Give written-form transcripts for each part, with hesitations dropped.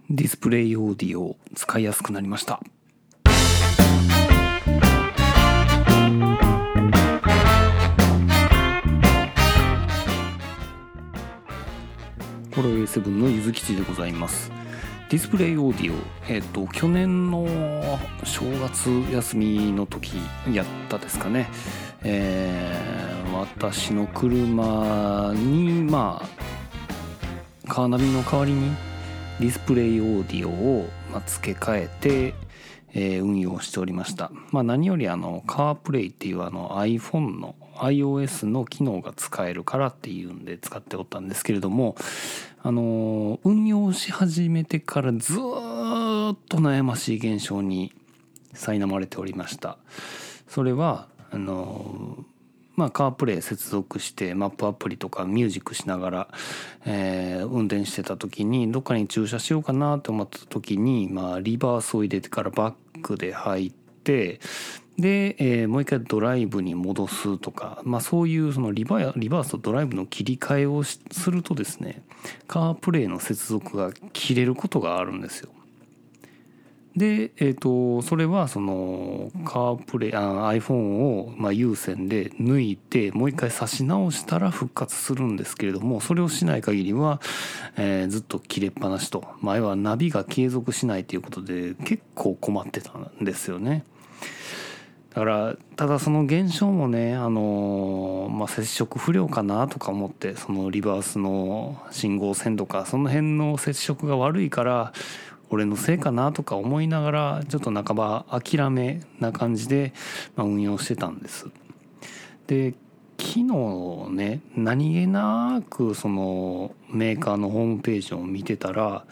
ディスプレイオーディオ使いやすくなりました。ホロウェイ7のゆずきちでございます。ディスプレイオーディオ、去年の正月休みの時やったですかね。私の車にカーナビの代わりにディスプレイオーディオを付け替えて、運用しておりました。何よりカープレイっていうiPhone の iOS の機能が使えるからっていうんで使っておったんですけれども、運用し始めてからずっと悩ましい現象に苛まれておりました。それはカープレイ接続してマップアプリとかミュージックしながら、運転してた時にどっかに駐車しようかなと思った時に、リバースを入れてからバックで入ってで、もう一回ドライブに戻すとか、そういうそのリバースとドライブの切り替えをするとですね、カープレイの接続が切れることがあるんですよ。で、それはそのカープレイiPhone を有線で抜いてもう一回差し直したら復活するんですけれども、それをしない限りは、ずっと切れっぱなしと、前はナビが継続しないということで結構困ってたんですよね。だからただその現象もね、接触不良かなとか思って、そのリバースの信号線とかその辺の接触が悪いから俺のせいかなとか思いながら、ちょっと半ば諦めな感じで運用してたんです。で昨日ね、何気なくそのメーカーのホームページを見てたら、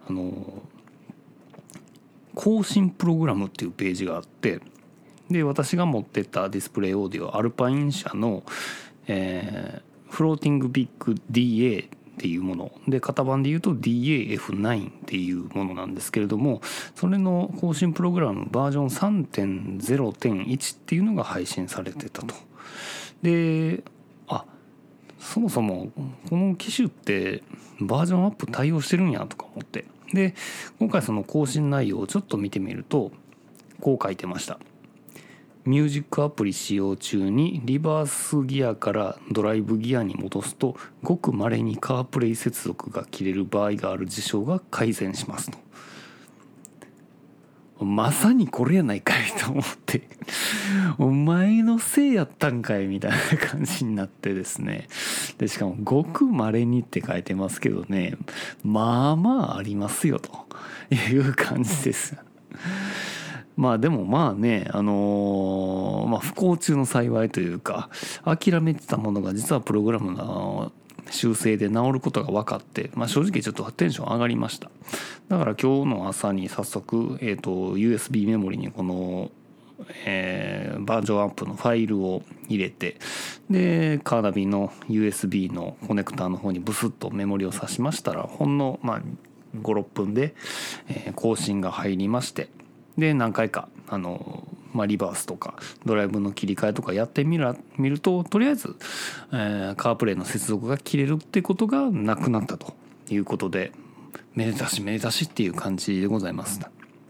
更新プログラムっていうページがあって、で私が持ってたディスプレイオーディオアルパイン社の、フローティングビッグ DA っていうもので、型番で言うと DAF9 っていうものなんですけれども、それの更新プログラムバージョン 3.0.1 っていうのが配信されてたと。でそもそもこの機種ってバージョンアップ対応してるんやとか思って、で今回その更新内容をちょっと見てみるとこう書いてました。ミュージックアプリ使用中にリバースギアからドライブギアに戻すとごく稀にカープレイ接続が切れる場合がある事象が改善しますと。まさにこれやないかいと思ってお前のせいやったんかいみたいな感じになってですね。でしかもごく稀にって書いてますけどね、ありますよという感じです。でも不幸中の幸いというか、諦めてたものが実はプログラムの修正で治ることが分かって、正直ちょっとテンション上がりました。だから今日の朝に早速、USB メモリにこの、バージョンアップのファイルを入れて、でカーナビの USB のコネクターの方にブスッとメモリを挿しましたら、ほんの5、6分で、更新が入りまして、で何回かリバースとかドライブの切り替えとかやってみると、とりあえず、カープレイの接続が切れるってことがなくなったということで、めでたしっていう感じでございます。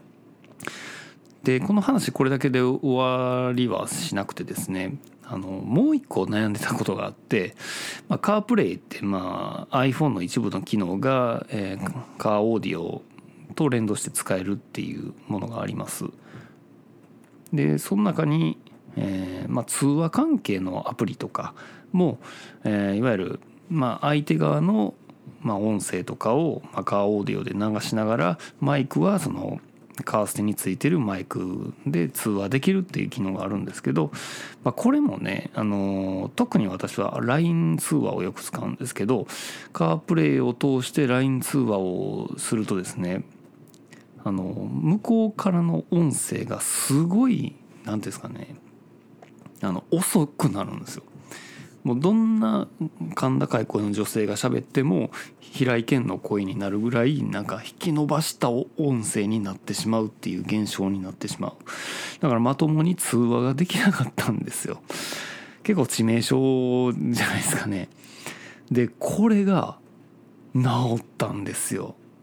でこの話これだけで終わりはしなくてですね、もう一個悩んでたことがあって、カープレイってiPhone の一部の機能が、カーオーディオと連動して使えるっていうものがあります。でその中に、通話関係のアプリとかも、いわゆる、相手側の、音声とかを、カーオーディオで流しながら、マイクはそのカーステについてるマイクで通話できるっていう機能があるんですけど、これもね、特に私は LINE 通話をよく使うんですけど、カープレイを通して LINE 通話をするとですね、向こうからの音声がすごいなんですかね、遅くなるんですよ。もうどんな甲高い声の女性が喋っても平井堅の声になるぐらい引き伸ばした音声になってしまうっていう現象になってしまう。だからまともに通話ができなかったんですよ。結構致命傷じゃないですかね。でこれが治ったんですよ。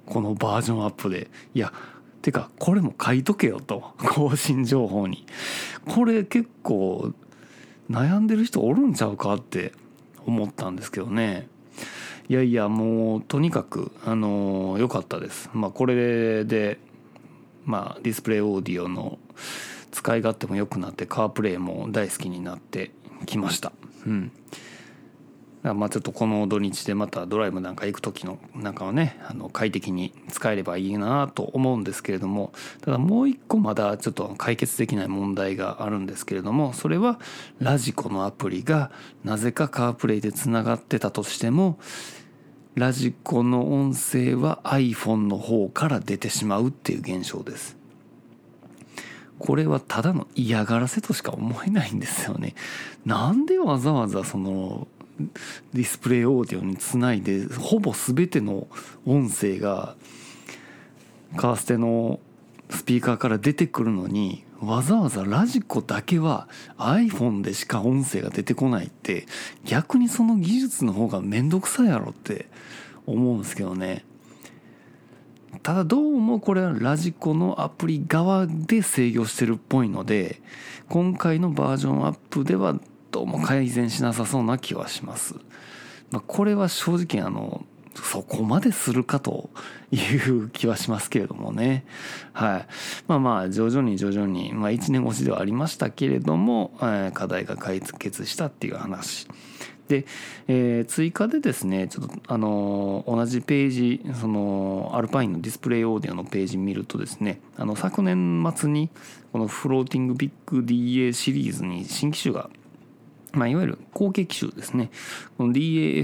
このバージョンアップで。いやてかこれも書いとけよと、更新情報に。これ結構悩んでる人おるんちゃうかって思ったんですけどね。いやいやもうとにかく良かったです。これでディスプレイオーディオの使い勝手も良くなって、カープレイも大好きになってきました。ちょっとこの土日でまたドライブなんか行く時のなんかはね快適に使えればいいなと思うんですけれども、ただもう一個まだちょっと解決できない問題があるんですけれども、それはラジコのアプリがなぜかカープレイでつながってたとしても、ラジコの音声は iPhone の方から出てしまうっていう現象です。これはただの嫌がらせとしか思えないんですよね。なんでわざわざそのディスプレイオーディオにつないでほぼ全ての音声がカーステのスピーカーから出てくるのに、わざわざラジコだけは iPhone でしか音声が出てこないって、逆にその技術の方がめんどくさいやろって思うんですけどね。ただどうもこれはラジコのアプリ側で制御してるっぽいので、今回のバージョンアップではどうも改善しなさそうな気はします。これは正直そこまでするかという気はしますけれどもね。はい。徐々に1年越しではありましたけれども、課題が解決したっていう話で、追加でですね、ちょっと同じページ、そのアルパインのディスプレイオーディオのページ見るとですね、昨年末にこのフローティングビッグ DA シリーズに新機種が、いわゆる後継機種ですね、この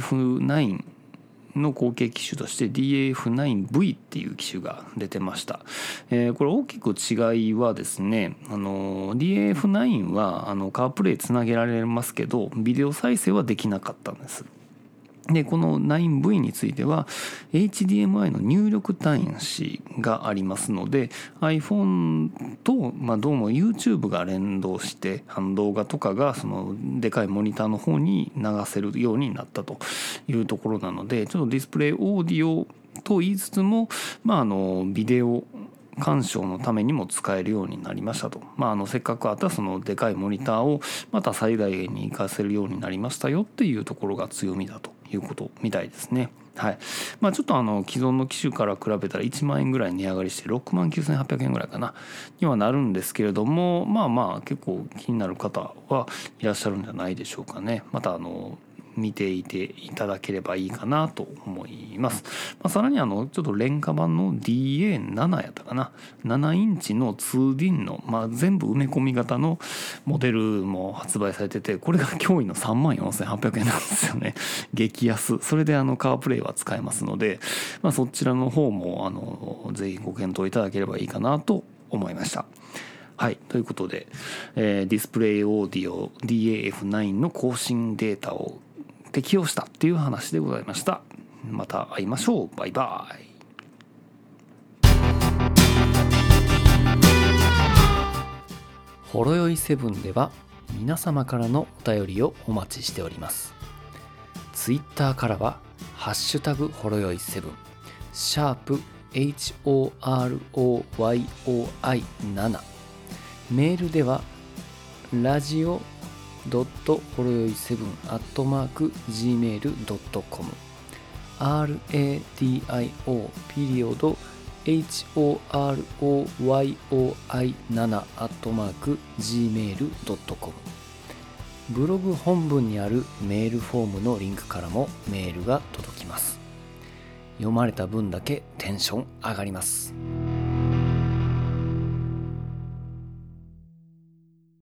DAF9 の後継機種として DAF9V っていう機種が出てました。これ大きく違いはですね、DAF9 はカープレイつなげられますけどビデオ再生はできなかったんです。でこの 9V については HDMI の入力端子がありますので iPhone と、どうも YouTube が連動して動画とかがそのでかいモニターの方に流せるようになったというところなので、ちょっとディスプレイオーディオと言いつつも、ビデオ鑑賞のためにも使えるようになりましたと。せっかくあったそのでかいモニターをまた最大限に活かせるようになりましたよっていうところが強みだということみたいですね。はい。ちょっと既存の機種から比べたら1万円ぐらい値上がりして69,800円ぐらいかなにはなるんですけれども、結構気になる方はいらっしゃるんじゃないでしょうかね。また見ていていただければいいかなと思います。さらにちょっと廉価版の DA7 やったかな、7インチの 2D の、全部埋め込み型のモデルも発売されてて、これが驚異の34,800円なんですよね。激安。それでカープレイは使えますので、そちらの方もぜひご検討いただければいいかなと思いました。はい、ということで、ディスプレイオーディオ DAF9 の更新データを適用したっていう話でございました。また会いましょう。バイバイ。ほろよい7では皆様からのお便りをお待ちしております。ツイッターからはハッシュタグほろよい7、シャープ HOROYOI7、メールではラジオほろよい7@gmail.com radio.horoyoi7@gmail.com ブログ本文にあるメールフォームのリンクからもメールが届きます。読まれた分だけテンション上がります。